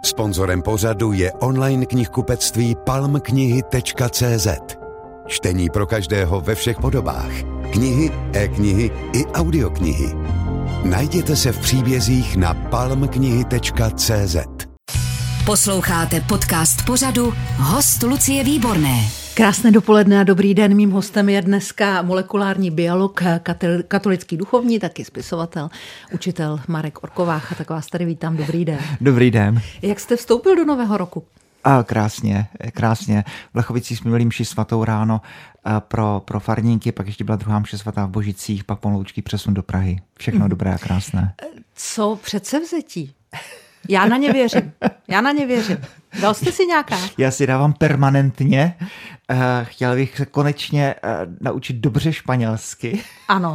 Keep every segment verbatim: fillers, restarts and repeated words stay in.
Sponzorem pořadu je online knihkupectví palm knihy tečka cé zet. Čtení pro každého ve všech podobách. Knihy, e-knihy i audioknihy. Najděte se v příbězích na palm knihy tečka cé zet. Posloucháte podcast pořadu Host Lucie Výborné. Krásné dopoledne a dobrý den. Mým hostem je dneska molekulární biolog, katolický duchovní, taky spisovatel, učitel Marek Orkovách. A tak vás tady vítám. Dobrý den. Dobrý den. Jak jste vstoupil do nového roku? A krásně, krásně. V Lechovicích jsme měli mši svatou ráno pro, pro farníky, pak ještě byla druhá mše svatá v Božicích, pak pomalučký přesun do Prahy. Všechno mm. dobré a krásné. Co předsevzetí? Já na ně věřím. Já na ně věřím. Dal jste si nějaká? Já si dávám permanentně. Chtěl bych se konečně naučit dobře španělsky. Ano.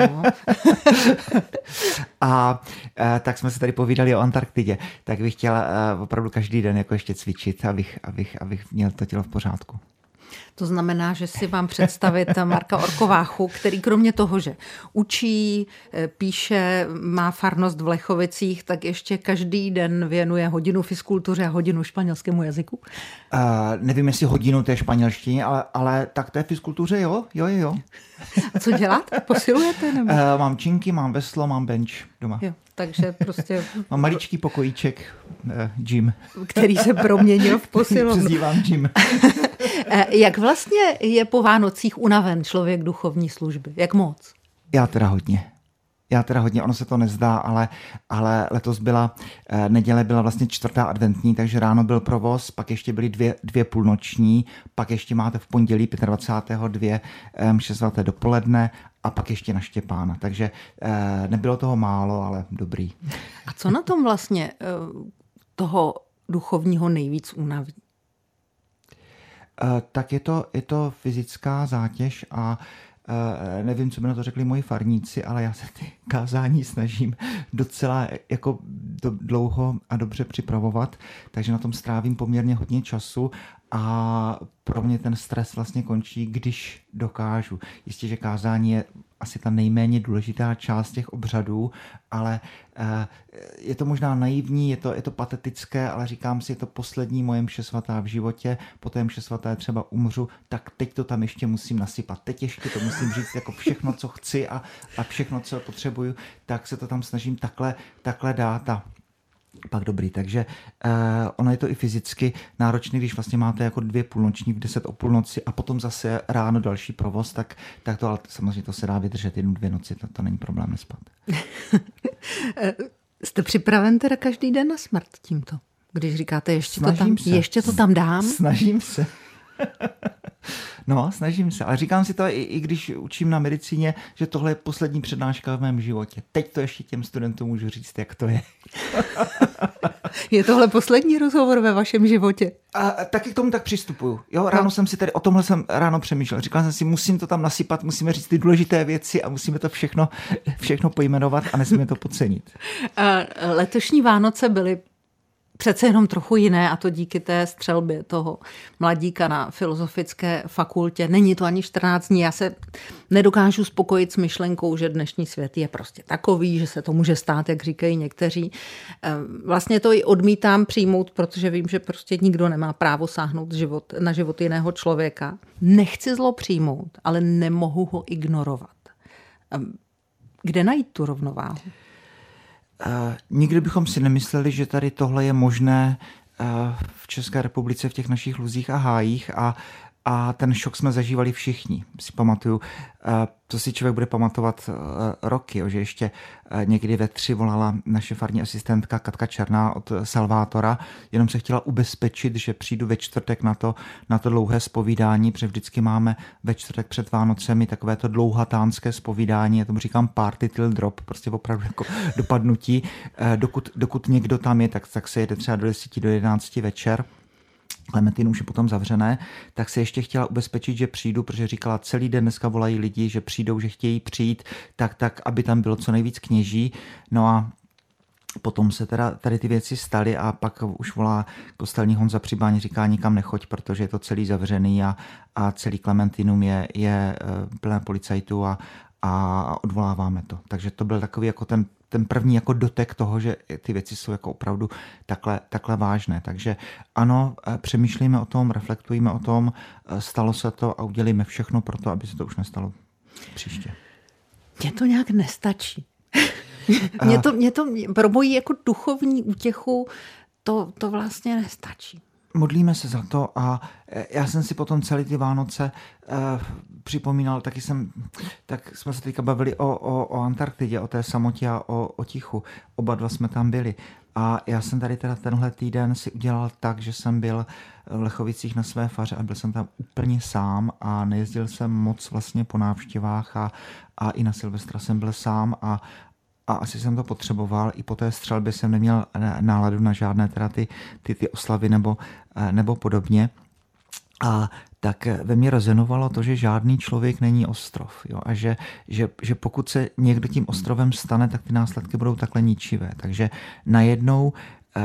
A tak jsme se tady povídali o Antarktidě. Tak bych chtěl opravdu každý den jako ještě cvičit, abych, abych, abych měl to tělo v pořádku. To znamená, že si mám představit Marka Orkováchu, který kromě toho, že učí, píše, má farnost v Lechovicích, tak ještě každý den věnuje hodinu fiskultuře a hodinu španělskému jazyku? Uh, nevím, jestli hodinu té španělštině, ale, ale tak té fiskultuře jo, jo, jo. A co děláte? Posilujete? Nebo? Uh, mám činky, mám veslo, mám bench doma. Jo, takže prostě... Mám maličký pokojíček, uh, gym. Který se proměnil v posilovnu. Přezdívám gym. Jak vlastně je po Vánocích unaven člověk duchovní služby? Jak moc? Já teda hodně. Já teda hodně, ono se to nezdá, ale, ale letos byla, eh, neděle byla vlastně čtvrtá adventní, takže ráno byl provoz, pak ještě byly dvě, dvě půlnoční, pak ještě máte v pondělí dvacátého pátého dvě eh, mše svaté dopoledne a pak ještě na Štěpána. Takže eh, nebylo toho málo, ale dobrý. A co na tom vlastně eh, toho duchovního nejvíc unaví? Uh, tak je to, je to fyzická zátěž a uh, nevím, co by na to řekli moji farníci, ale já se ty kázání snažím docela jako do, dlouho a dobře připravovat, takže na tom strávím poměrně hodně času a pro mě ten stres vlastně končí, když dokážu. Jistě, že kázání je asi ta nejméně důležitá část těch obřadů, ale uh, je to možná naivní, je to, je to patetické, ale říkám si, je to poslední moje mše svatá v životě, po té mše svaté třeba umřu, tak teď to tam ještě musím nasypat. Teď ještě to musím říct jako všechno, co chci a, a všechno, co potřebuju, tak se to tam snažím takhle, takhle dát a pak dobrý, takže uh, ono je to i fyzicky náročné, když vlastně máte jako dvě půlnoční v deset o půlnoci a potom zase ráno další provoz, tak, tak to ale samozřejmě to se dá vydržet jednu, dvě noci, to, to není problém nespat. Jste připraven teda každý den na smrt tímto? Když říkáte, ještě, to tam, se. ještě to tam dám? Snažím se. No, snažím se, ale říkám si to i, i když učím na medicíně, že tohle je poslední přednáška v mém životě. Teď to ještě těm studentům můžu říct, jak to je. Je tohle poslední rozhovor ve vašem životě? A taky k tomu tak přistupuju. Jo, ráno no. jsem si tady, o tomhle jsem ráno přemýšlel. Říkal jsem si, musím to tam nasypat, musíme říct ty důležité věci a musíme to všechno, všechno pojmenovat a nesmíme to podcenit. A letošní Vánoce byly přece jenom trochu jiné, a to díky té střelbě toho mladíka na filozofické fakultě. Není to ani čtrnáct dní. Já se nedokážu spokojit s myšlenkou, že dnešní svět je prostě takový, že se to může stát, jak říkají někteří. Vlastně to i odmítám přijmout, protože vím, že prostě nikdo nemá právo sáhnout život, na život jiného člověka. Nechci zlo přijmout, ale nemohu ho ignorovat. Kde najít tu rovnováhu? Uh, nikdy bychom si nemysleli, že tady tohle je možné uh, v České republice v těch našich luzích a hájích a, a ten šok jsme zažívali všichni. Si pamatuju, uh, to si člověk bude pamatovat uh, roky, jo, že ještě uh, někdy ve tři volala naše farní asistentka Katka Černá od Salvátora, jenom se chtěla ubezpečit, že přijdu ve čtvrtek na to, na to dlouhé zpovídání, protože vždycky máme ve čtvrtek před Vánocemi takové to dlouhatánské zpovídání, já tomu říkám party till drop, prostě opravdu jako dopadnutí. Uh, dokud, dokud někdo tam je, tak, tak se jede třeba do deseti, do jedenácti večer. Klementinu už je potom zavřené, tak se ještě chtěla ubezpečit, že přijdu, protože říkala, celý den dneska volají lidi, že přijdou, že chtějí přijít, tak, tak, aby tam bylo co nejvíc kněží. No a potom se teda tady ty věci staly a pak už volá kostelní Honza Přibáň, říká, nikam nechoď, protože je to celý zavřený a, a celý Klementinum je, je plné policajtů a, a odvoláváme to. Takže to byl takový jako ten ten první jako dotek toho, že ty věci jsou jako opravdu takhle, takhle vážné. Takže ano, přemýšlíme o tom, reflektujeme o tom, stalo se to a udělíme všechno pro to, aby se to už nestalo příště. Mně to nějak nestačí. Mě to, mě to pro moji jako duchovní útěchu to, to vlastně nestačí. Modlíme se za to a já jsem si potom celý ty Vánoce eh, připomínal, taky jsem, tak jsme se teďka bavili o, o, o Antarktidě, o té samotě a o, o tichu. Oba dva jsme tam byli. A já jsem tady teda tenhle týden si udělal tak, že jsem byl v Lechovicích na své faře a byl jsem tam úplně sám a nejezdil jsem moc vlastně po návštěvách a, a i na Silvestra jsem byl sám a A asi jsem to potřeboval. I po té střelbě jsem neměl náladu na žádné teda ty, ty, ty oslavy nebo, nebo podobně. A tak ve mně rezonovalo to, že žádný člověk není ostrov. Jo? A že, že, že pokud se někdo tím ostrovem stane, tak ty následky budou takhle ničivé. Takže najednou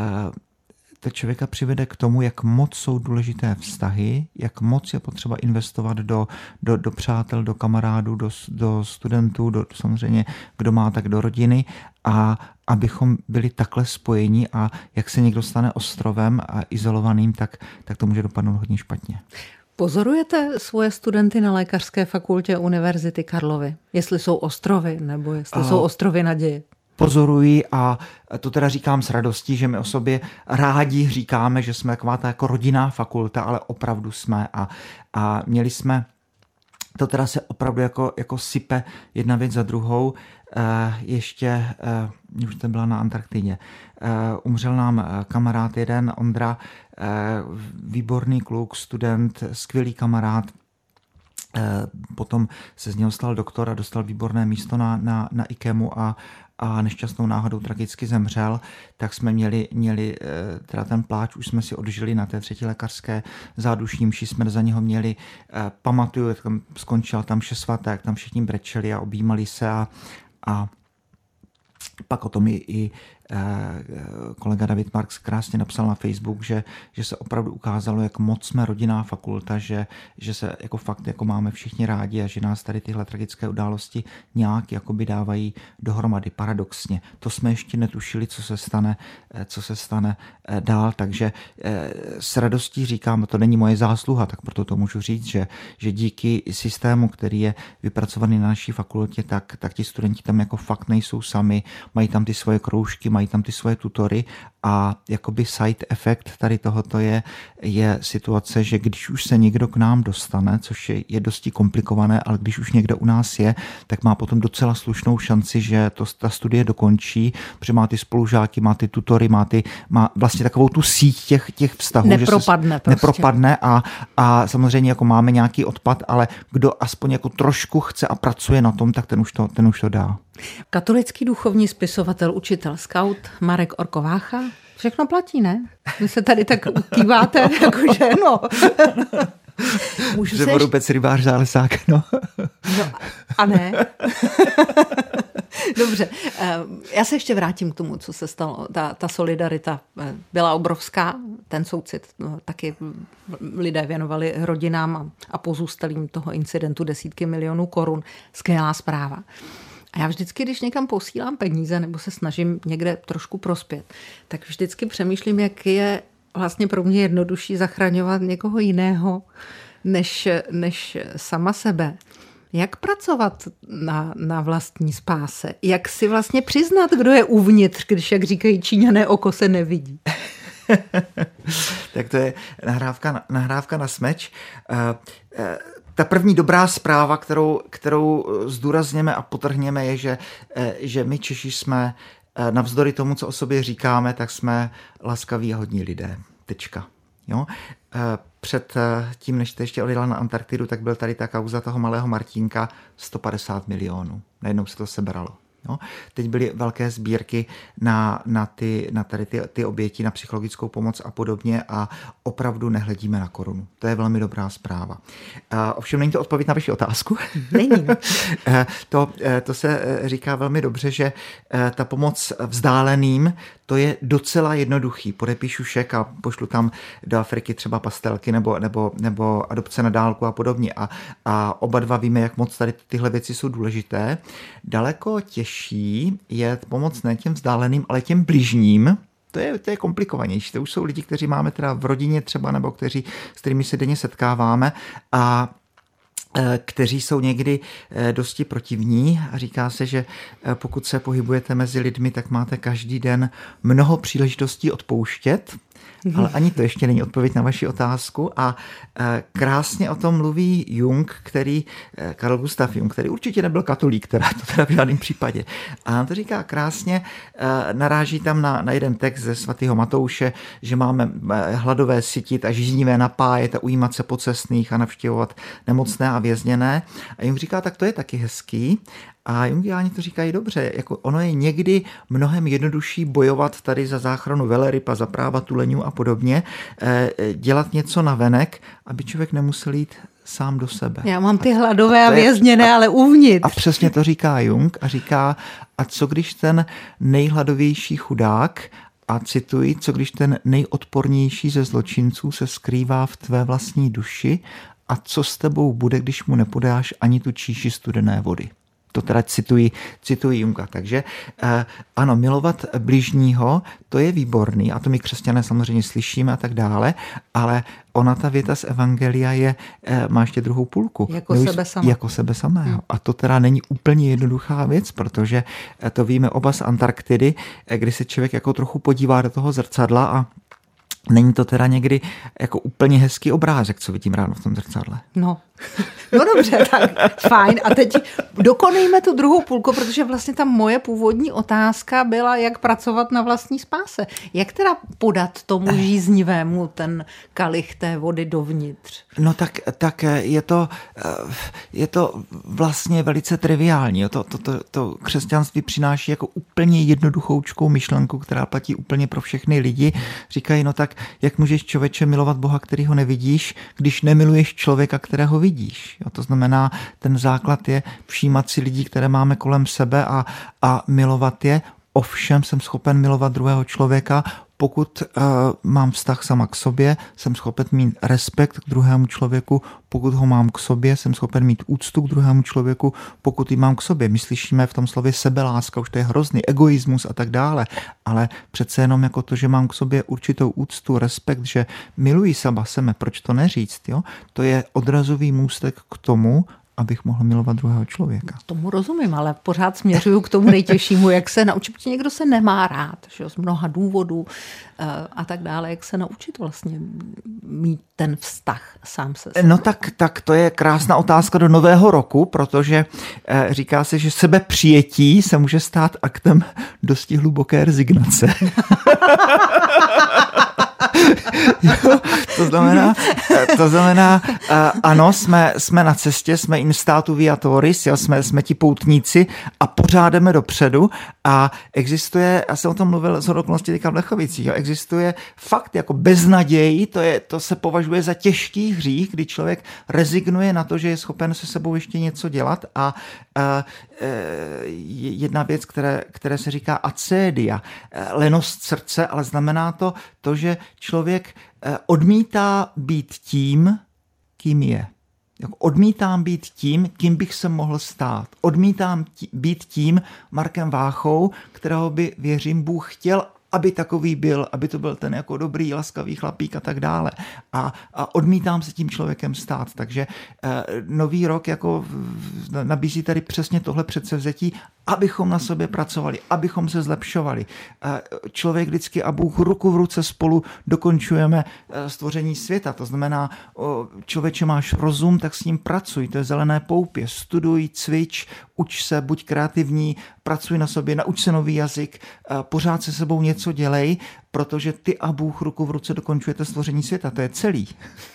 to člověka přivede k tomu, jak moc jsou důležité vztahy, jak moc je potřeba investovat do, do, do přátel, do kamarádů, do, do studentů, do, samozřejmě kdo má, tak do rodiny a abychom byli takhle spojení a jak se někdo stane ostrovem a izolovaným, tak, tak to může dopadnout hodně špatně. Pozorujete svoje studenty na Lékařské fakultě Univerzity Karlovy? Jestli jsou ostrovy nebo jestli a... jsou ostrovy naděje? Pozoruji a to teda říkám s radostí, že my o sobě rádi říkáme, že jsme taková ta jako rodinná fakulta, ale opravdu jsme a, a měli jsme, to teda se opravdu jako, jako sype jedna věc za druhou, e, ještě, e, už to byla na Antarktidě, e, umřel nám kamarád jeden, Ondra, e, výborný kluk, student, skvělý kamarád. Potom se z něho stal doktor a dostal výborné místo na, na, na IKEMu a, a nešťastnou náhodou tragicky zemřel, tak jsme měli, měli teda ten pláč, už jsme si odžili na té třetí lékařské zádušní mši, jsme za něho měli, pamatuju, jak tam skončil tam vše svaté, jak tam všichni brečeli a objímali se a, a pak o tom i, i kolega David Marks krásně napsal na Facebook, že, že se opravdu ukázalo, jak moc jsme rodinná fakulta, že, že se jako fakt jako máme všichni rádi a že nás tady tyhle tragické události nějak jakoby dávají dohromady paradoxně. To jsme ještě netušili, co se stane, co se stane dál, takže s radostí říkám, to není moje zásluha, tak proto to můžu říct, že, že díky systému, který je vypracovaný na naší fakultě, tak, tak ti studenti tam jako fakt nejsou sami, mají tam ty svoje kroužky, mají tam ty svoje tutory a jakoby side effect tady tohoto je, je situace, že když už se někdo k nám dostane, což je, je dosti komplikované, ale když už někdo u nás je, tak má potom docela slušnou šanci, že to, ta studie dokončí, protože má ty spolužáky, má ty tutory, má, ty, má vlastně takovou tu síť těch, těch vztahů. Nepropadne že se prostě. Nepropadne a, a samozřejmě jako máme nějaký odpad, ale kdo aspoň jako trošku chce a pracuje na tom, tak ten už to, ten už to dá. Katolický duchovní spisovatel, učitel, skaut Marek Orkovácha. Všechno platí, ne? Vy se tady tak kýváte, jakože no. Můžu že budu pec rybář zálesák, no. No a ne. Dobře, já se ještě vrátím k tomu, co se stalo. Ta, ta solidarita byla obrovská, ten soucit no, taky lidé věnovali rodinám a, a pozůstalým toho incidentu desítky milionů korun. Skvělá zpráva. A já vždycky, když někam posílám peníze nebo se snažím někde trošku prospět, tak vždycky přemýšlím, jak je vlastně pro mě jednodušší zachraňovat někoho jiného než, než sama sebe. Jak pracovat na, na vlastní spáse? Jak si vlastně přiznat, kdo je uvnitř, když, jak říkají Číňané, oko se nevidí? Tak to je nahrávka, nahrávka na smeč. Uh, uh, Ta první dobrá zpráva, kterou, kterou zdůrazněme a potrhněme, je, že, že my Češi jsme, navzdory tomu, co o sobě říkáme, tak jsme laskaví a hodní lidé. Tečka. Jo? Před tím, než jste ještě odjela na Antarktidu, tak byl tady ta kauza toho malého Martínka, sto padesát milionů. Najednou se to sebralo. Jo? Teď byly velké sbírky na, na, ty, na tady ty, ty oběti, na psychologickou pomoc a podobně a opravdu nehledíme na korunu. To je velmi dobrá zpráva. Uh, ovšem není to odpověď na vaši otázku. Není. to, to se říká velmi dobře, že ta pomoc vzdáleným, to je docela jednoduchý. Podepíšu šek a pošlu tam do Afriky třeba pastelky nebo, nebo, nebo adopce na dálku a podobně. A, a oba dva víme, jak moc tady tyhle věci jsou důležité. Daleko těžší nejlepší je pomoct ne těm vzdáleným, ale těm bližním. To je, to je komplikovanější. To už jsou lidi, kteří máme teda v rodině třeba, nebo kteří, s kterými se denně setkáváme a kteří jsou někdy dosti protivní a říká se, že pokud se pohybujete mezi lidmi, tak máte každý den mnoho příležitostí odpouštět, ale ani to ještě není odpověď na vaši otázku a krásně o tom mluví Jung, který, Carl Gustav Jung, který určitě nebyl katolík, teda to teda v žádném případě. A on to říká krásně, naráží tam na, na jeden text ze svatého Matouše, že máme hladové sytit a žíznivé napájet a ujímat se pocestných a navštěvovat nemocné a vězněné. A Jung říká, tak to je taky hezký. A jungiáni to říkají dobře, jako ono je někdy mnohem jednodušší bojovat tady za záchranu veleryb a za práva tuleňů a podobně, dělat něco navenek, aby člověk nemusel jít sám do sebe. Já mám ty hladové a vězněné, ale uvnitř. A přesně to říká Jung a říká, a co když ten nejhladovější chudák, a cituji, co když ten nejodpornější ze zločinců se skrývá v tvé vlastní duši a co s tebou bude, když mu nepodáš ani tu číši studené vody. To teda cituji, cituji Junga. Takže eh, ano, milovat bližního, to je výborný a to my křesťané samozřejmě slyšíme a tak dále, ale ona ta věta z Evangelia je, eh, má ještě druhou půlku. Jako Nevíš, sebe samého. Jako sebe samého. Hmm. A to teda není úplně jednoduchá věc, protože to víme oba z Antarktidy, kdy se člověk jako trochu podívá do toho zrcadla a není to teda někdy jako úplně hezký obrázek, co vidím ráno v tom zrcadle. No, no dobře, tak fajn. A teď dokonejme tu druhou půlku, protože vlastně ta moje původní otázka byla, jak pracovat na vlastní spáse. Jak teda podat tomu žíznivému ten kalich té vody dovnitř? No tak, tak je, to, je to vlastně velice triviální. To, to, to, to křesťanství přináší jako úplně jednoduchoučkou myšlenku, která platí úplně pro všechny lidi. Říkají, no tak jak můžeš člověče milovat Boha, který ho nevidíš, když nemiluješ člověka, kterého vidíš. Jo, to znamená, ten základ je všímat si lidí, které máme kolem sebe a, a milovat je. Ovšem jsem schopen milovat druhého člověka, pokud uh, mám vztah sama k sobě, jsem schopen mít respekt k druhému člověku, pokud ho mám k sobě, jsem schopen mít úctu k druhému člověku, pokud ji mám k sobě. My slyšíme v tom slově sebeláska, už to je hrozný, egoismus a tak dále, ale přece jenom jako to, že mám k sobě určitou úctu, respekt, že miluji sama sebe, proč to neříct, jo? To je odrazový můstek k tomu, abych mohl milovat druhého člověka. Tomu rozumím, ale pořád směřuju k tomu nejtěžšímu, jak se naučit, protože někdo se nemá rád, že z mnoha důvodů a tak dále, jak se naučit vlastně mít ten vztah sám se sebou. No tak, tak to je krásná otázka do nového roku, protože říká se, že sebepřijetí se může stát aktem dosti hluboké rezignace. Jo, to znamená, to znamená ano, jsme, jsme na cestě, jsme in statu viatoris, jo, jsme, jsme ti poutníci a pořád jdeme dopředu a existuje, já jsem o tom mluvil z okolností teďka v Lechovicích, jo, existuje fakt jako beznaděj, to, je, to se považuje za těžký hřích, kdy člověk rezignuje na to, že je schopen se sebou ještě něco dělat a, a, a jedna věc, které, které se říká acédia, lenost srdce, ale znamená to to, že člověk odmítá být tím, kým je. Odmítám být tím, kým bych se mohl stát. Odmítám tí, být tím Markem Váchou, kterého by, věřím, Bůh chtěl, aby takový byl, aby to byl ten jako dobrý, laskavý chlapík a tak dále. A, a odmítám se tím člověkem stát. Takže eh, nový rok jako nabízí tady přesně tohle předsevzetí, abychom na sobě pracovali, abychom se zlepšovali. Eh, člověk vždycky a Bůh ruku v ruce spolu dokončujeme eh, stvoření světa. To znamená, o, člověče, máš rozum, tak s ním pracuj. To je zelené poupě. Studuj, cvič, uč se, buď kreativní, pracuj na sobě, nauč se nový jazyk, eh, pořád se sebou něco co dělej, protože ty a Bůh ruku v ruce dokončujete stvoření světa. To je celý.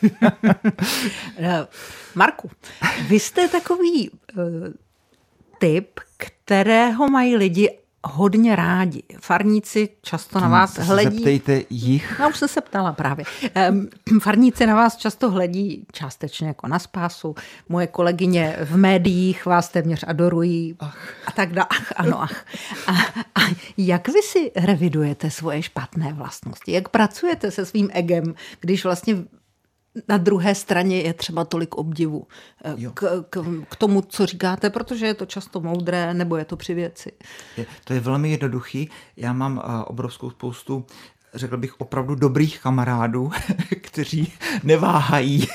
Marku, vy jste takový uh, typ, kterého mají lidi hodně rádi. Farníci často na vás hledí. Zeptejte jich. Já už jsem se ptala právě. Um, farníci na vás často hledí částečně jako na spásu. Moje kolegyně v médiích vás téměř adorují. Ach. A tak dále. Ach, ano, ach. A, a jak vy si revidujete svoje špatné vlastnosti? Jak pracujete se svým egem, když vlastně na druhé straně je třeba tolik obdivu k, k, k tomu, co říkáte, protože je to často moudré, nebo je to při věci. Je, to je velmi jednoduchý. Já mám uh, obrovskou spoustu, řekl bych, opravdu dobrých kamarádů, kteří neváhají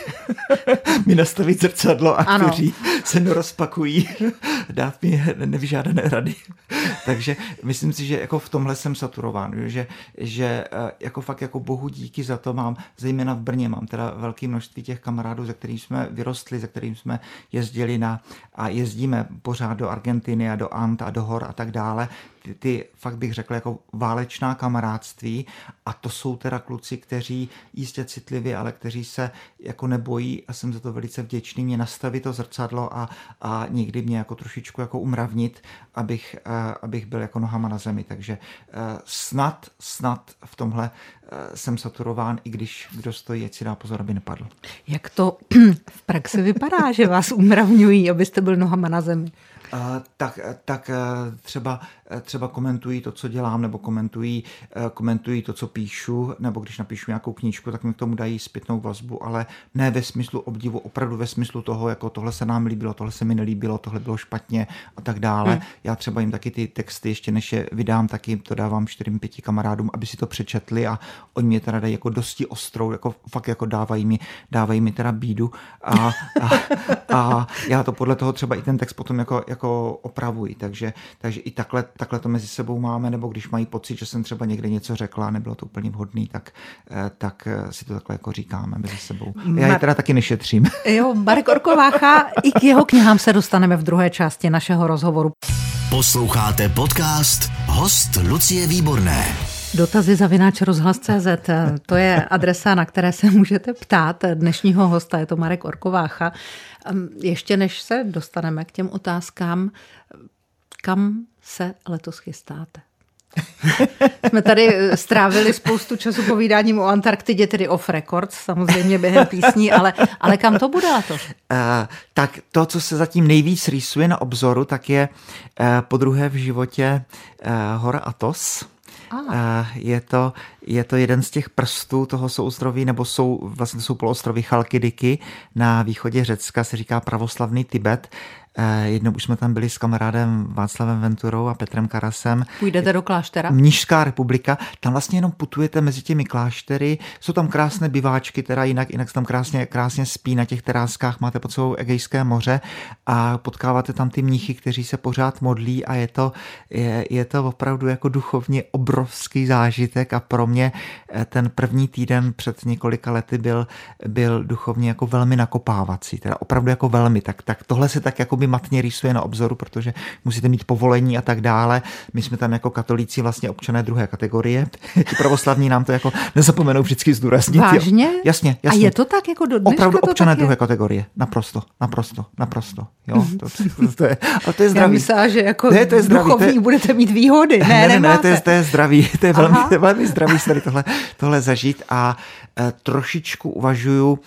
mi nastavit zrcadlo a ano. kteří se nerozpakují dát mi nevyžádané rady. Takže myslím si, že jako v tomhle jsem saturován, že, že jako fakt jako bohu díky za to mám, zejména v Brně mám teda velké množství těch kamarádů, ze kterým jsme vyrostli, ze kterým jsme jezdili na a jezdíme pořád do Argentiny a do Ant a do hor a tak dále. Ty, ty fakt bych řekl jako válečná kamarádství a to jsou teda kluci, kteří jistě citlivě, ale kteří se jako nebojí a jsem za to velice vděčný, mě nastavit to zrcadlo a, a někdy mě jako trošičku jako umravnit, abych, uh, abych byl jako nohama na zemi. Takže uh, snad, snad v tomhle uh, jsem saturován, i když kdo stojí, ať si dá pozor, aby nepadl. Jak to v praxi vypadá, že vás umravňují, abyste byl nohama na zemi? Uh, tak, tak uh, třeba, třeba komentují to, co dělám, nebo komentují, uh, komentují to, co píšu, nebo když napíšu nějakou knížku, tak mi k tomu dají zpětnou vazbu, ale ne ve smyslu obdivu, opravdu ve smyslu toho, jako tohle se nám líbilo, tohle se mi nelíbilo, tohle bylo špatně a tak dále. Hmm. Já třeba jim taky ty texty, ještě než je vydám, taky to dávám čtyřem, pěti kamarádům, aby si to přečetli a oni mě teda dají jako dosti ostrou, jako fakt jako dávají mi, dávají mi teda bídu a, a, a já to podle toho třeba i ten text potom jako, jako opravuji, takže, takže i takhle, takhle to mezi sebou máme, nebo když mají pocit, že jsem třeba někde něco řekla, nebylo to úplně vhodný, tak, tak si to takhle jako říkáme mezi sebou. Já je teda taky nešetřím. Jo, Marek Orkovácha, i k jeho knihám se dostaneme v druhé části našeho rozhovoru. Posloucháte podcast Host Lucie Výborné. Dotazy zavináč rozhlas tečka cé zet, to je adresa, na které se můžete ptát dnešního hosta, je to Marek Orkovácha. Ještě než se dostaneme k těm otázkám, kam se letos chystáte? Jsme tady strávili spoustu času povídáním o Antarktidě, tedy off records, samozřejmě během písní, ale, ale kam to bude letos? Uh, tak to, co se zatím nejvíc rýsuje na obzoru, tak je uh, podruhé v životě uh, hora Athos. Ah. Je to, je to jeden z těch prstů toho souostroví, nebo jsou, vlastně jsou poloostrovy Chalkidiky na východě Řecka, se říká pravoslavný Tibet. Jednou už jsme tam byli s kamarádem Václavem Venturou a Petrem Karasem. Půjdete do kláštera? Mnišská republika. Tam vlastně jenom putujete mezi těmi kláštery. Jsou tam krásné biváčky, teda jinak, jinak se tam krásně, krásně spí na těch teráskách. Máte pod sebou Egejské moře a potkáváte tam ty mnichy, kteří se pořád modlí a je to, je, je to opravdu jako duchovně obrovský zážitek a pro mě ten první týden před několika lety byl, byl duchovně jako velmi nakopávací. Teda opravdu jako velmi. Tak, tak tohle se tak jako by matně rýsuje na obzoru, protože musíte mít povolení a tak dále. My jsme tam jako katolíci vlastně občané druhé kategorie. Ti pravoslavní nám to jako nezapomenou vždycky zdůraznit. Vážně? Jo. Jasně, jasně. A je to tak jako do dneška? Opravdu to občané tak druhé kategorie. Naprosto, naprosto, naprosto. Jo, to, to, to je, ale to je zdravý. Já myslela, že jako ne, to je zdravý, duchovní to je, budete mít výhody. Ne, ne, ne, ne, to je, to je zdravý. To je velmi, to je velmi zdravý tady tohle, tohle zažít a e, trošičku uvažuju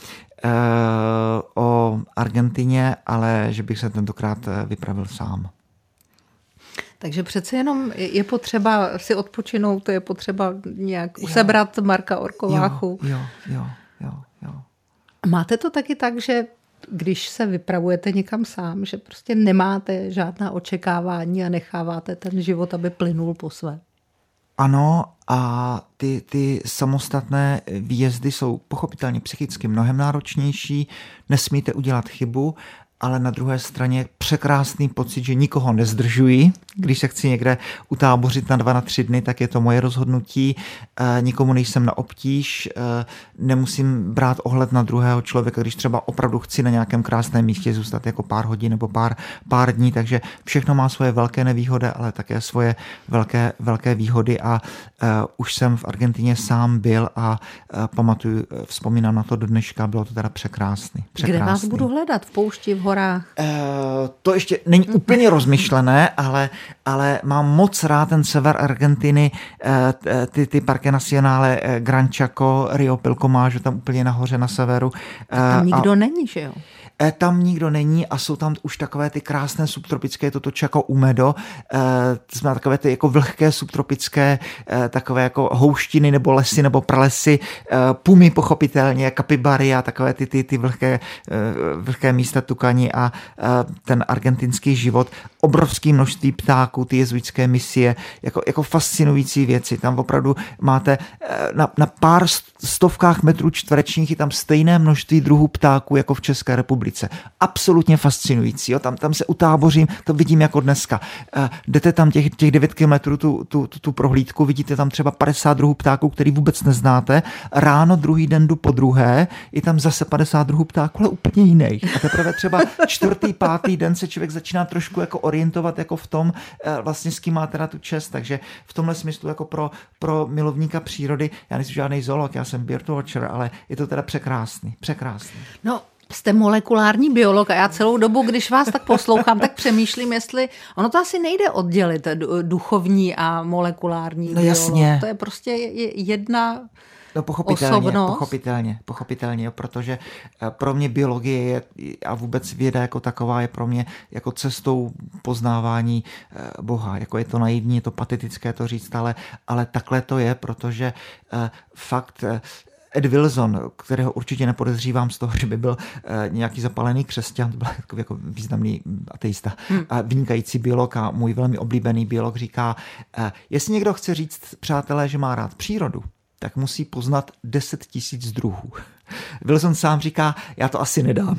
o Argentině, ale že bych se tentokrát vypravil sám. Takže přece jenom je potřeba si odpočinout, je potřeba nějak usebrat Marka Orkováchu. Jo, jo, jo, jo, jo. Máte to taky tak, že když se vypravujete někam sám, že prostě nemáte žádná očekávání a necháváte ten život, aby plynul po své? Ano, a ty, ty samostatné výjezdy jsou pochopitelně psychicky mnohem náročnější, nesmíte udělat chybu, ale na druhé straně překrásný pocit, že nikoho nezdržuji. Když se chci někde utábořit na dva, na tři dny, tak je to moje rozhodnutí. E, nikomu nejsem na obtíž, e, nemusím brát ohled na druhého člověka, když třeba opravdu chci na nějakém krásném místě zůstat jako pár hodin nebo pár, pár dní, takže všechno má svoje velké nevýhody, ale také svoje velké, velké výhody a e, už jsem v Argentině sám byl a e, pamatuju, vzpomínám na to do dneška, bylo to teda překrásný. překrásný. Kde vás budu hledat? V poušti, v horách? Uh, to ještě není úplně rozmyšlené, ale, ale mám moc rád ten sever Argentiny, uh, ty, ty Parque Nacionale, uh, Gran Chaco, Rio Pilcomayo, tam úplně nahoře na severu. Uh, tam nikdo a... není, že jo? Tam nikdo není a jsou tam už takové ty krásné subtropické, toto Chaco Húmedo, to znamená takové ty jako vlhké subtropické, takové jako houštiny nebo lesy nebo pralesy, pumy pochopitelně, kapibary a takové ty, ty, ty vlhké, vlhké místa tukani a ten argentinský život, obrovské množství ptáků, ty jezuitské misie, jako, jako fascinující věci. Tam opravdu máte na, na pár stovkách metrů čtverečních je tam stejné množství druhů ptáků jako v České republice. Absolutně fascinující. Jo? Tam, tam se utábořím, to vidím jako dneska. Uh, jdete tam těch, těch devět kilometrů tu, tu, tu, tu prohlídku, vidíte tam třeba padesát druhů ptáků, který vůbec neznáte. Ráno druhý den jdu po druhé, je tam zase padesát druhů ptáků, ale úplně jiných. A teprve třeba čtvrtý, pátý den se člověk začíná trošku jako orientovat jako v tom, uh, vlastně s kým má teda tu čest. Takže v tomhle smyslu jako pro, pro milovníka přírody, já nejsem žádný zoolog, já jsem birdwatcher, ale je to teda překrásný. Překrásný. No, jste molekulární biolog a já celou dobu, když vás tak poslouchám, tak přemýšlím, jestli ono to asi nejde oddělit, duchovní a molekulární no, biolog. Jasně. To je prostě jedna no, pochopitelně, osobnost. Pochopitelně, pochopitelně, jo, protože pro mě biologie je, a vůbec věda jako taková je pro mě jako cestou poznávání Boha. Jako je to naivní, je to patetické to říct, ale, ale takhle to je, protože fakt Ed Wilson, kterého určitě nepodezřívám z toho, že by byl uh, nějaký zapalený křesťan, to byl takový jako významný ateista, hmm. a vynikající biolog a můj velmi oblíbený biolog říká, uh, jestli někdo chce říct, přátelé, že má rád přírodu, tak musí poznat deset tisíc druhů. Wilson sám říká, já to asi nedám.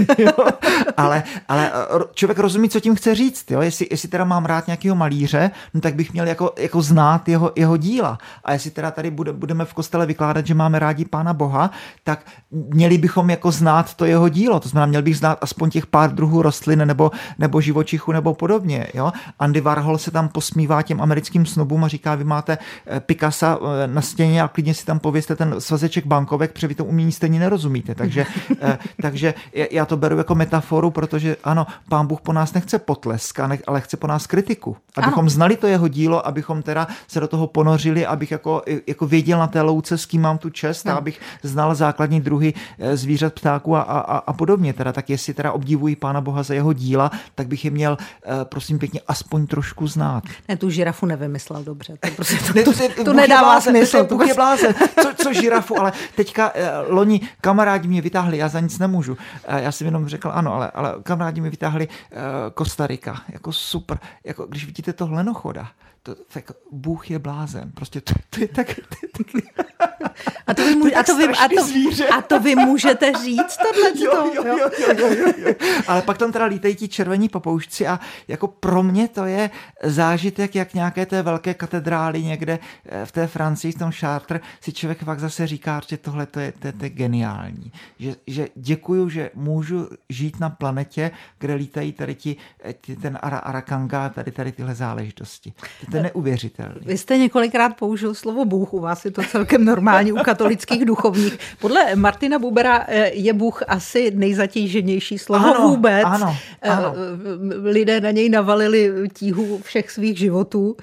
ale, ale člověk rozumí, co tím chce říct. Jo? Jestli, jestli teda mám rád nějakého malíře, no tak bych měl jako, jako znát jeho, jeho díla. A jestli teda tady bude, budeme v kostele vykládat, že máme rádi Pána Boha, tak měli bychom jako znát to jeho dílo. To znamená, měl bych znát aspoň těch pár druhů rostlin nebo, nebo živočichů nebo podobně. Jo? Andy Warhol se tam posmívá těm americkým snobům a říká, vy máte Picassa na stěně a klidně si tam pověste ten svazeček bankovek, protože vy to umí stejně nerozumíte. Takže, eh, takže já to beru jako metaforu, protože ano, Pán Bůh po nás nechce potlesk, ale chce po nás kritiku. Abychom ano. znali to jeho dílo, abychom teda se do toho ponořili, abych jako, jako věděl na té louce, s kým mám tu čest a abych znal základní druhy zvířat, ptáků a, a, a podobně. Teda, tak jestli teda obdivuji Pána Boha za jeho díla, tak bych je měl, prosím pěkně, aspoň trošku znát. Ne, tu žirafu nevymyslel dobře. To, prostě to, ne, to, to, to nedává smysl. Bůh je blázen. Co, co žirafu, ale teďka loni kamarádi mě vytáhli, já za nic nemůžu. Já jsem jenom řekl ano, ale, ale kamarádi mě vytáhli uh, Kostarika. Jako super. Jako, když vidíte to lenochoda, to, tak Bůh je blázen. Prostě to, to je tak... To je tak a, to vy může, a, to vy, a, to, a to vy můžete říct tohle? Jo, jo, jo, jo, jo, jo, jo. Ale pak tam teda lítají ti červení papoušci a jako pro mě to je zážitek, jak nějaké té velké katedrály někde v té Francii, v tom Chartres, si člověk fakt zase říká, že tohle to je, to, to je geniální. Že, že děkuju, že můžu žít na planetě, kde lítají tady ti, ten Ara Arakanga, tady, tady tyhle záležitosti. To je neuvěřitelné. Vy jste několikrát použil slovo Bůh, u vás je to celkem normální, u katolických duchovních. Podle Martina Bubera je Bůh asi nejzatíženější slovo ano, vůbec. Ano, ano. Lidé na něj navalili tíhu všech svých životů.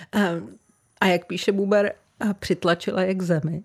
A jak píše Buber, přitlačila je k zemi.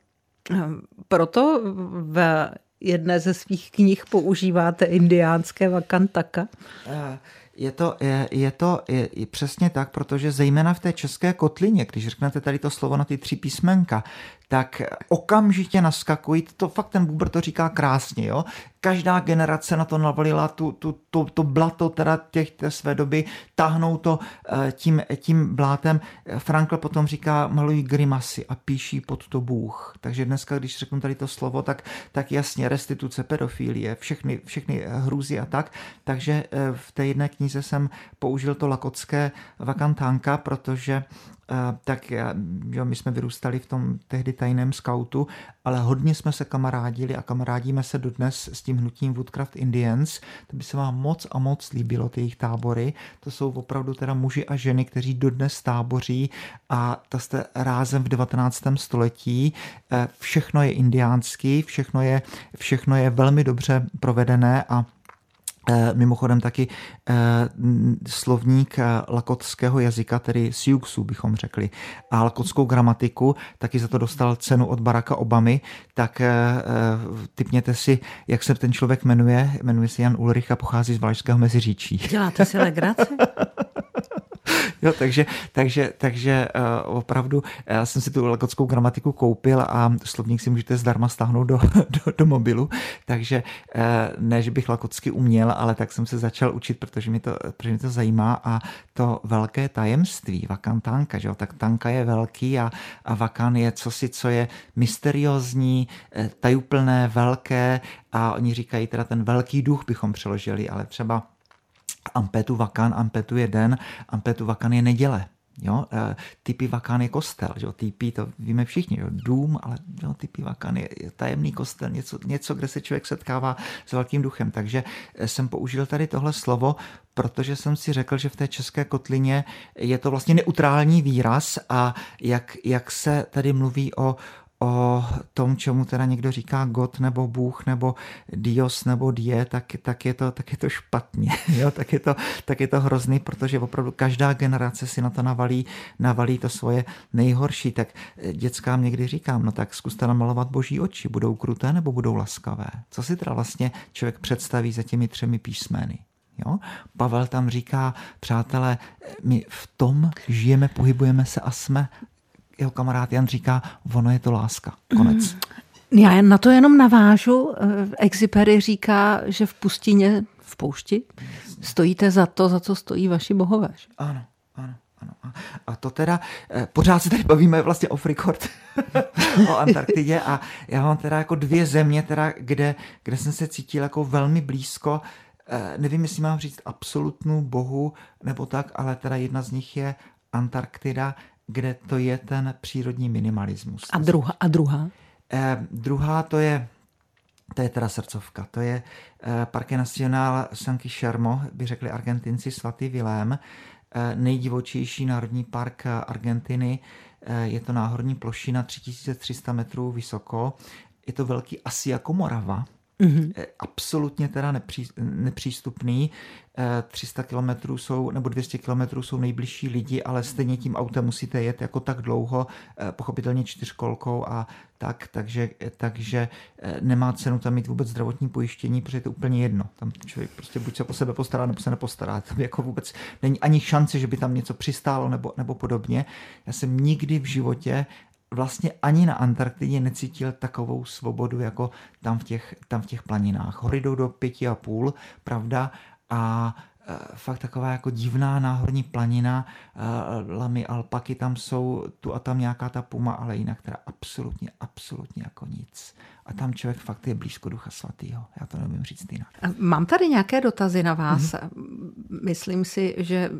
Proto v jedné ze svých knih používáte indiánské vakantaka. Uh. Je to, je, je to je, je přesně tak, protože zejména v té české kotlině, když řeknete tady to slovo na ty tři písmenka, tak okamžitě naskakují, to fakt ten Buber to říká krásně, jo? Každá generace na to navalila tu, tu, to, to blato teda těch té své doby, tahnou to tím, tím blátem. Frankl potom říká, malují grimasy a píší pod to Bůh. Takže dneska, když řeknu tady to slovo, tak, tak jasně restituce, pedofilie, všechny, všechny hrůzy a tak. Takže v té jedné knize jsem použil to lakotské vakantánka, protože tak jo, my jsme vyrůstali v tom tehdy tajném skautu, ale hodně jsme se kamarádili a kamarádíme se dodnes s tím hnutím Woodcraft Indians. To by se vám moc a moc líbilo, ty jejich tábory. To jsou opravdu teda muži a ženy, kteří dodnes táboří a to jste rázem v devatenáctém století. Všechno je indiánský, všechno je, všechno je velmi dobře provedené a Mimochodem taky eh, slovník lakotského jazyka, tedy Siouxů bychom řekli, a lakotskou gramatiku, taky za to dostal cenu od Baracka Obamy, tak eh, tipněte si, jak se ten člověk jmenuje. Jmenuje se Jan Ulrich a pochází z Valašského Meziříčí. Děláte si legraci? Jo, takže, takže, takže uh, opravdu já jsem si tu lakotskou gramatiku koupil a slovník si můžete zdarma stáhnout do, do, do mobilu, takže uh, ne, že bych lakotsky uměl, ale tak jsem se začal učit, protože mě to, protože mě to zajímá a to velké tajemství, Vakan Tanka, že jo, tak Tanka je velký a, a Vakan je cosi, co je mysteriózní, tajuplné, velké a oni říkají teda ten velký duch bychom přeložili, ale třeba Ampetu Vakan, Ampetu je den, Ampetu Vakan je neděle. Jo? Tipi Vakan je kostel. Jo? Tipi, to víme všichni, jo? Dům, ale jo, Tipi Vakan je, je tajemný kostel, něco, něco, kde se člověk setkává s velkým duchem. Takže jsem použil tady tohle slovo, protože jsem si řekl, že v té české kotlině je to vlastně neutrální výraz a jak, jak se tady mluví o o tom, čemu teda někdo říká God nebo Bůh nebo Dios nebo Die, tak, tak, je, to, tak je to špatně. Jo? Tak, je to, tak je to hrozný, protože opravdu každá generace si na to navalí, navalí to svoje nejhorší. Tak dětskám někdy říkám, no tak zkuste namalovat boží oči. Budou kruté nebo budou laskavé? Co si teda vlastně člověk představí za těmi třemi písmeny? Jo? Pavel tam říká, přátelé, my v tom žijeme, pohybujeme se a jsme. Jeho kamarád Jan říká, ono je to láska. Konec. Já na to jenom navážu. Exupery říká, že v pustině, v poušti, stojíte za to, za co stojí vaši bohové. Ano, ano, ano. A to teda, pořád se tady bavíme vlastně off record o Antarktidě a já mám teda jako dvě země, teda, kde, kde jsem se cítil jako velmi blízko. Nevím, jestli mám říct absolutnu bohu nebo tak, ale teda jedna z nich je Antarktida, kde to je ten přírodní minimalismus. A druhá? A druhá? Eh, druhá to je, to je teda srdcovka, to je eh, Parque Nacional Sanky Xermo, by řekli Argentinci, svatý Vilém, eh, nejdivočejší národní park Argentiny, eh, je to náhorní plošina tři tisíce tři sta metrů vysoko, je to velký asi jako Morava, mm-hmm. eh, absolutně teda nepří, nepřístupný, tři sta kilometrů jsou, nebo dvě stě kilometrů jsou nejbližší lidi, ale stejně tím autem musíte jet jako tak dlouho, pochopitelně čtyřkolkou a tak, takže, takže nemá cenu tam mít vůbec zdravotní pojištění, protože je to úplně jedno. Tam člověk prostě buď se po sebe postará, nebo se nepostará. Tam jako vůbec není ani šance, že by tam něco přistálo nebo, nebo podobně. Já jsem nikdy v životě vlastně ani na Antarktidě necítil takovou svobodu, jako tam v těch, tam v těch planinách. Hory jdou do pěti a půl, pravda, a e, fakt taková jako divná náhorní planina, e, lamy, alpaky tam jsou, tu a tam nějaká ta puma, ale jinak teda absolutně, absolutně jako nic. A tam člověk fakt je blízko Ducha Svatého. Já to nevím říct jinak. Mám tady nějaké dotazy na vás. Mm-hmm. Myslím si, že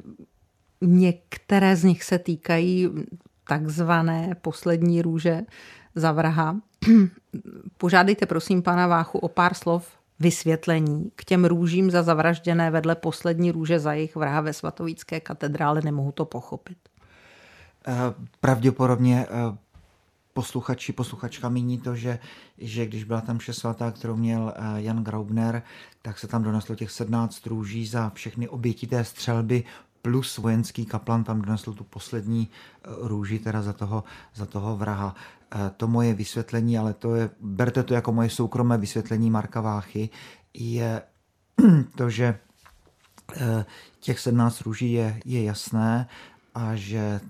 některé z nich se týkají takzvané poslední růže za vraha. Požádejte prosím pana Váchu o pár slov vysvětlení k těm růžím za zavražděné vedle poslední růže za jejich vraha ve svatovícké katedrále. Nemohu to pochopit. Pravděpodobně posluchači, posluchačka míní to, že, že když byla tam mše svatá, kterou měl Jan Graubner, tak se tam doneslo těch sedmnáct růží za všechny oběti té střelby, plus vojenský kaplan tam donesl tu poslední růži teda za toho, za toho vraha. To moje vysvětlení, ale to je, berte to jako moje soukromé vysvětlení Marka Váchy, je to, že těch sedmnáct růží je, je jasné a že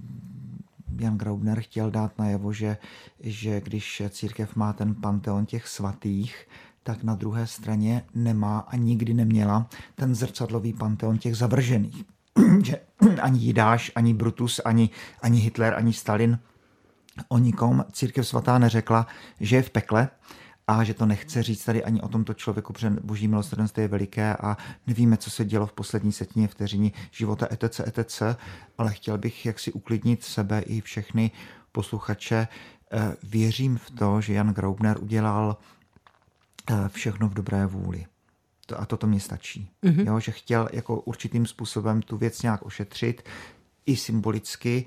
Jan Graubner chtěl dát najevo, že, že když církev má ten panteon těch svatých, tak na druhé straně nemá a nikdy neměla ten zrcadlový panteon těch zavržených. Že ani Jidáš, ani Brutus, ani, ani Hitler, ani Stalin o nikom církev svatá neřekla, že je v pekle a že to nechce říct tady ani o tomto člověku, protože boží milosrdenství je veliké a nevíme, co se dělo v poslední setině vteřině života et cetera et cetera, ale chtěl bych jaksi uklidnit sebe i všechny posluchače. Věřím v to, že Jan Graubner udělal všechno v dobré vůli. To, a toto mě stačí. Mm-hmm. Jo, že chtěl jako určitým způsobem tu věc nějak ošetřit i symbolicky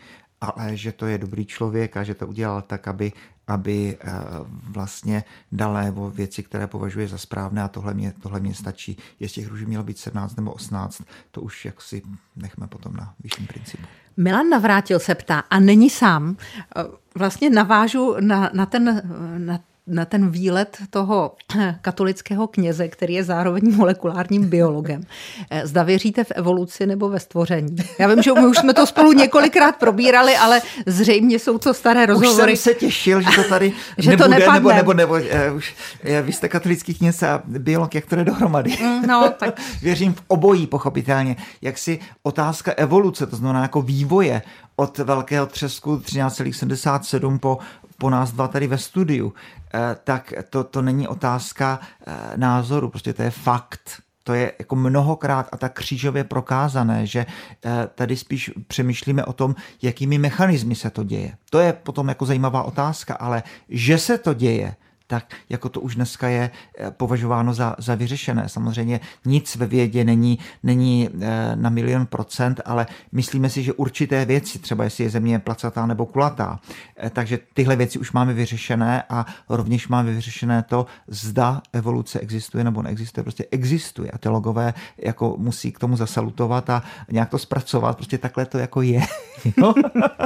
ale že to je dobrý člověk a že to udělal tak, aby, aby vlastně dal najevo věci, které považuje za správné a tohle mě, tohle mě stačí. Jestli těch růží mělo být sedmnáct nebo osmnáct, to už jak si nechme potom na vyšším principu. Milan Navrátil se ptá, a není sám, vlastně navážu na, na ten... Na na ten výlet toho katolického kněze, který je zároveň molekulárním biologem. Zda věříte v evoluci nebo ve stvoření? Já vím, že my už jsme to spolu několikrát probírali, ale zřejmě jsou to staré rozhovory. Už jsem se těšil, že to tady že nebude, to nepadne. nebo, nebo, nebo uh, už, uh, vy jste katolický kněz a biolog, jak to jde dohromady. Mm, no, tak... Věřím v obojí, pochopitelně. Jak si otázka evoluce, to znamená jako vývoje od velkého třesku třináct celá sedmdesát sedm po po nás dva tady ve studiu, tak to, to není otázka názoru, prostě to je fakt. To je jako mnohokrát a tak křížově prokázané, že tady spíš přemýšlíme o tom, jakými mechanismy se to děje. To je potom jako zajímavá otázka, ale že se to děje, tak jako to už dneska je považováno za, za vyřešené. Samozřejmě nic ve vědě není, není na milion procent, ale myslíme si, že určité věci, třeba jestli je země placatá nebo kulatá, takže tyhle věci už máme vyřešené a rovněž máme vyřešené to, zda evoluce existuje nebo neexistuje. Prostě existuje a teologové jako musí k tomu zasalutovat a nějak to zpracovat. Prostě takhle to jako je. No?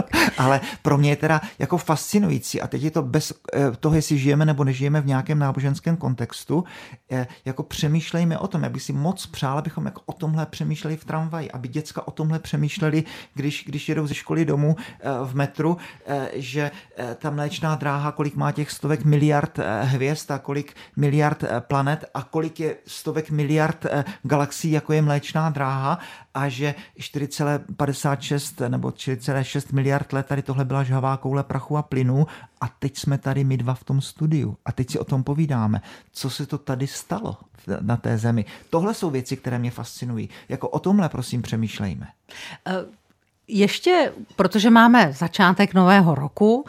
Ale pro mě je teda jako fascinující a teď je to bez toho, jestli žijeme nebo nežijeme v nějakém náboženském kontextu, jako přemýšlejme o tom. Já bych si moc přál, abychom jako o tomhle přemýšleli v tramvaji, aby děcka o tomhle přemýšleli, když, když jedou ze školy domů v metru, že ta Mléčná dráha, kolik má těch stovek miliard hvězd a kolik miliard planet a kolik je stovek miliard galaxií, jako je Mléčná dráha a že čtyři celá padesát šest nebo čtyři celá šest miliard let tady tohle byla žhavá koule prachu a plynu a teď jsme tady my dva v tom studiu a teď si o tom povídáme, co se to tady stalo na té zemi. Tohle jsou věci, které mě fascinují. Jako o tomhle prosím přemýšlejme. Ještě, protože máme začátek nového roku,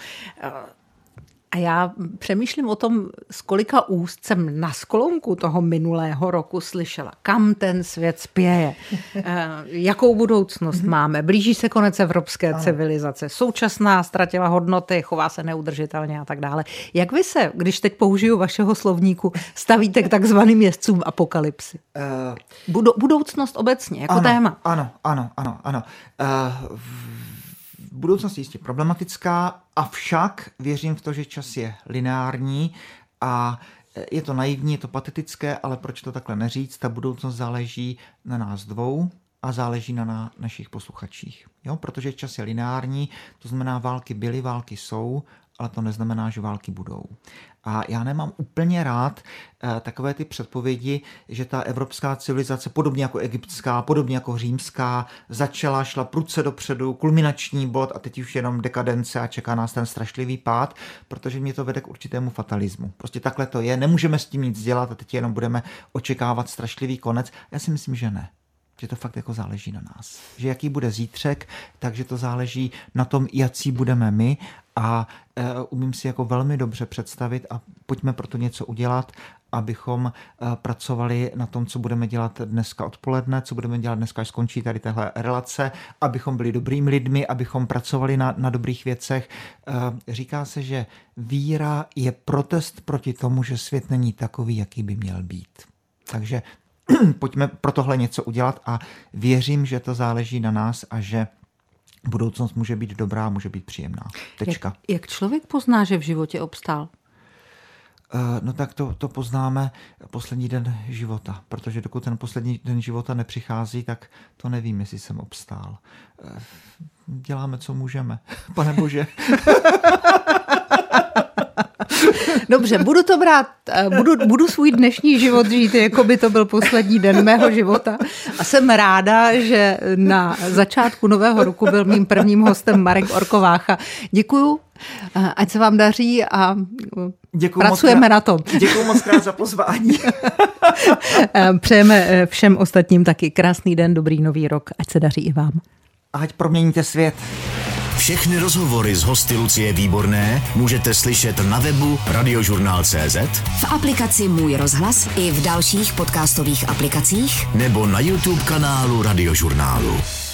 a já přemýšlím o tom, z kolika úst jsem na sklonku toho minulého roku slyšela, kam ten svět spěje, jakou budoucnost máme, blíží se konec evropské civilizace, současná ztratila hodnoty, chová se neudržitelně a tak dále. Jak vy se, když teď použiju vašeho slovníku, stavíte k takzvaným jezdcům apokalypsy? Budou, budoucnost obecně, jako ano, téma. Ano, ano, ano, ano. Uh, Budoucnost je jistě problematická, avšak věřím v to, že čas je lineární a je to naivní, je to patetické, ale proč to takhle neříct? Ta budoucnost záleží na nás dvou a záleží na, na našich posluchačích. Jo? Protože čas je lineární, to znamená války byly, války jsou, ale to neznamená, že války budou. A já nemám úplně rád eh, takové ty předpovědi, že ta evropská civilizace, podobně jako egyptská, podobně jako římská, začala, šla prudce dopředu, kulminační bod a teď už jenom dekadence a čeká nás ten strašlivý pád, protože mě to vede k určitému fatalismu. Prostě takhle to je, nemůžeme s tím nic dělat a teď jenom budeme očekávat strašlivý konec. Já si myslím, že ne. Že to fakt jako záleží na nás. Že jaký bude zítřek, takže to záleží na tom, jaký budeme my a e, umím si jako velmi dobře představit a pojďme proto něco udělat, abychom e, pracovali na tom, co budeme dělat dneska odpoledne, co budeme dělat dneska, až skončí tady tahle relace, abychom byli dobrými lidmi, abychom pracovali na, na dobrých věcech. E, říká se, že víra je protest proti tomu, že svět není takový, jaký by měl být. Takže pojďme pro tohle něco udělat a věřím, že to záleží na nás a že budoucnost může být dobrá, může být příjemná. Tečka. Jak, jak člověk pozná, že v životě obstál? Uh, no tak to, to poznáme poslední den života, protože dokud ten poslední den života nepřichází, tak to nevím, jestli jsem obstál. Uh, děláme, co můžeme. Pane Bože. Dobře, budu to brát, budu, budu svůj dnešní život žít, jako by to byl poslední den mého života. A jsem ráda, že na začátku nového roku byl mým prvním hostem Marek Orkovácha. Děkuju, ať se vám daří a děkuju pracujeme krát, na tom. Děkuju moc krát za pozvání. Přejeme všem ostatním taky krásný den, dobrý nový rok, ať se daří i vám. Ať proměníte svět. Všechny rozhovory s hosty Lucie Výborné můžete slyšet na webu radiožurnál tečka cé zet, v aplikaci Můj rozhlas i v dalších podcastových aplikacích nebo na YouTube kanálu Radiožurnálu.